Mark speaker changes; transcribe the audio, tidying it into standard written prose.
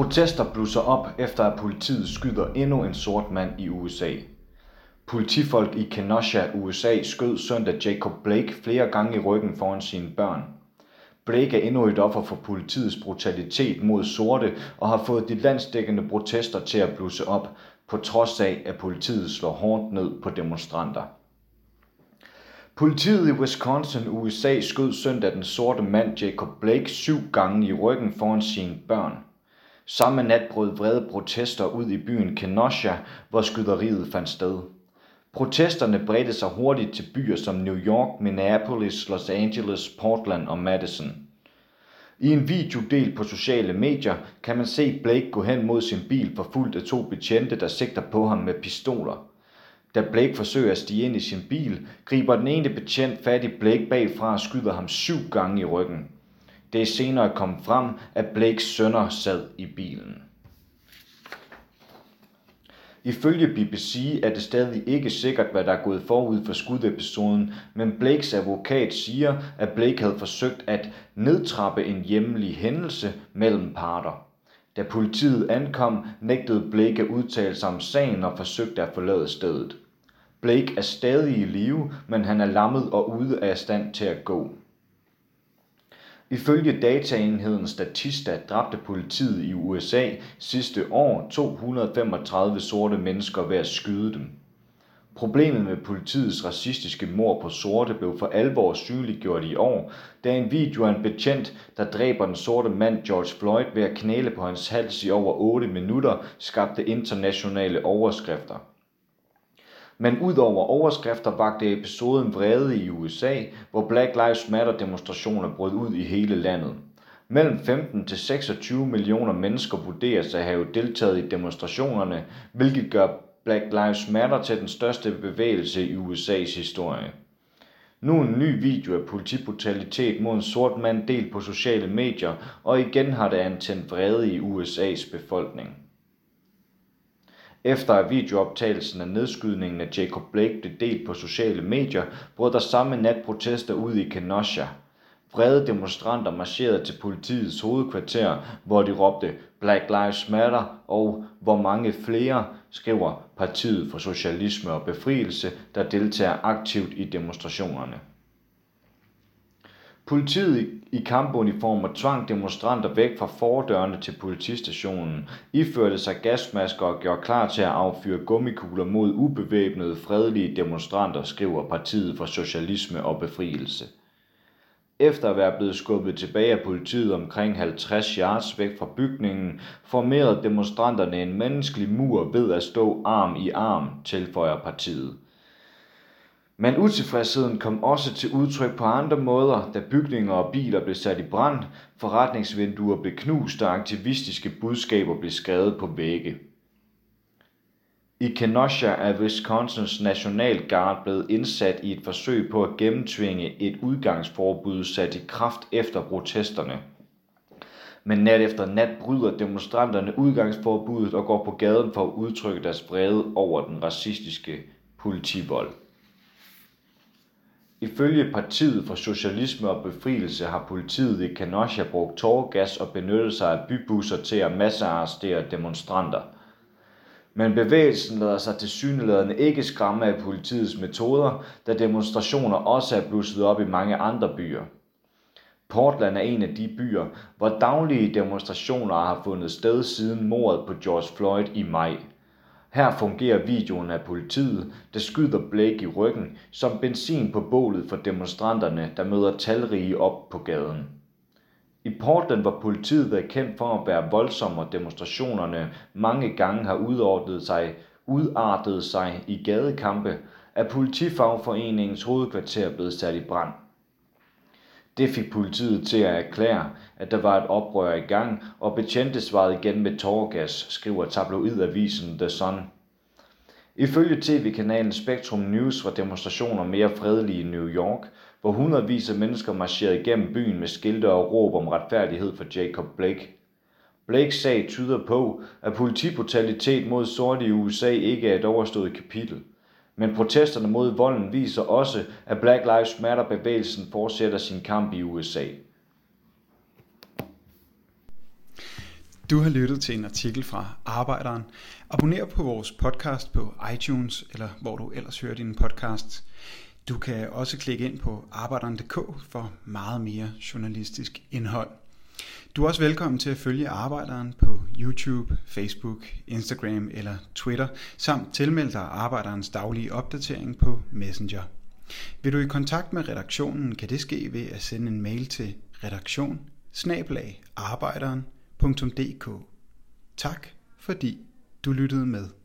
Speaker 1: Protester blusser op efter at politiet skyder endnu en sort mand i USA. Politifolk i Kenosha, USA skød søndag Jacob Blake flere gange i ryggen foran sine børn. Blake er endnu et offer for politiets brutalitet mod sorte og har fået de landsdækkende protester til at blusse op, på trods af at politiet slår hårdt ned på demonstranter. Politiet i Wisconsin, USA skød søndag den sorte mand Jacob Blake 7 gange i ryggen foran sine børn. Samme nat brød vrede protester ud i byen Kenosha, hvor skyderiet fandt sted. Protesterne bredte sig hurtigt til byer som New York, Minneapolis, Los Angeles, Portland og Madison. I en video delt på sociale medier kan man se Blake gå hen mod sin bil forfulgt af 2 betjente, der sigter på ham med pistoler. Da Blake forsøger at stige ind i sin bil, griber den ene betjent fat i Blake bagfra og skyder ham 7 gange i ryggen. Det er senere kommet frem, at Blakes sønner sad i bilen. Ifølge BBC er det stadig ikke sikkert, hvad der er gået forud for skudepisoden, men Blakes advokat siger, at Blake havde forsøgt at nedtrappe en hjemlig hændelse mellem parter. Da politiet ankom, nægtede Blake at udtale sig om sagen og forsøgte at forlade stedet. Blake er stadig i live, men han er lammet og ude af stand til at gå. Ifølge dataenheden Statista dræbte politiet i USA sidste år 235 sorte mennesker ved at skyde dem. Problemet med politiets racistiske mord på sorte blev for alvor synliggjort i år, da en video af en betjent, der dræber den sorte mand George Floyd ved at knæle på hans hals i over 8 minutter, skabte internationale overskrifter. Men udover overskrifter vakte episoden vrede i USA, hvor Black Lives Matter demonstrationer brød ud i hele landet. Mellem 15 til 26 millioner mennesker vurderes at have deltaget i demonstrationerne, hvilket gør Black Lives Matter til den største bevægelse i USA's historie. Nu en ny video af politibrutalitet mod en sort mand delt på sociale medier, og igen har det antændt vrede i USA's befolkning. Efter at videooptagelsen af nedskydningen af Jacob Blake blev delt på sociale medier, brød der samme nat protester ud i Kenosha. Vrede demonstranter marcherede til politiets hovedkvarter, hvor de råbte Black Lives Matter og hvor mange flere, skriver Partiet for Socialisme og Befrielse, der deltager aktivt i demonstrationerne. Politiet i kampuniformer tvang demonstranter væk fra fordørene til politistationen, iførte sig gasmasker og gjorde klar til at affyre gummikugler mod ubevæbnede fredelige demonstranter, skriver Partiet for Socialisme og Befrielse. Efter at være blevet skubbet tilbage af politiet omkring 50 yards væk fra bygningen, formerede demonstranterne en menneskelig mur ved at stå arm i arm, tilføjer partiet. Men utilfredsheden kom også til udtryk på andre måder, da bygninger og biler blev sat i brand, forretningsvinduer blev knust og aktivistiske budskaber blev skrevet på vægge. I Kenosha er Wisconsins National Guard blevet indsat i et forsøg på at gennemtvinge et udgangsforbud sat i kraft efter protesterne. Men nat efter nat bryder demonstranterne udgangsforbuddet og går på gaden for at udtrykke deres vrede over den racistiske politivold. Ifølge Partiet for Socialisme og Befrielse har politiet i Kenosha brugt tåregas og benyttet sig af bybusser til at massearrestere demonstranter. Men bevægelsen lader sig tilsyneladende ikke skræmme af politiets metoder, da demonstrationer også er blusset op i mange andre byer. Portland er en af de byer, hvor daglige demonstrationer har fundet sted siden mordet på George Floyd i maj. Her fungerer videoen af politiet, der skyder Blake i ryggen, som benzin på bålet for demonstranterne, der møder talrige op på gaden. I Portland, hvor politiet er kendt for at være voldsomme, og demonstrationerne mange gange har udartet sig i gadekampe, er politifagforeningens hovedkvarter blevet sat i brand. Det fik politiet til at erklære, at der var et oprør i gang, og betjente svarede igen med tåregas, skriver tabloidavisen The Sun. Ifølge tv-kanalen Spectrum News var demonstrationer mere fredelige i New York, hvor hundredvis af mennesker marcherede igennem byen med skilte og råb om retfærdighed for Jacob Blake. Blakes sag tyder på, at politibrutalitet mod sorte i USA ikke er et overstået kapitel. Men protesterne mod volden viser også, at Black Lives Matter-bevægelsen fortsætter sin kamp i USA.
Speaker 2: Du har lyttet til en artikel fra Arbejderen. Abonner på vores podcast på iTunes, eller hvor du ellers hører dine podcasts. Du kan også klikke ind på arbejderen.dk for meget mere journalistisk indhold. Du er også velkommen til at følge Arbejderen på YouTube, Facebook, Instagram eller Twitter, samt tilmelde dig Arbejderens daglige opdatering på Messenger. Vil du i kontakt med redaktionen, kan det ske ved at sende en mail til redaktion@arbejderen.dk. Tak fordi du lyttede med.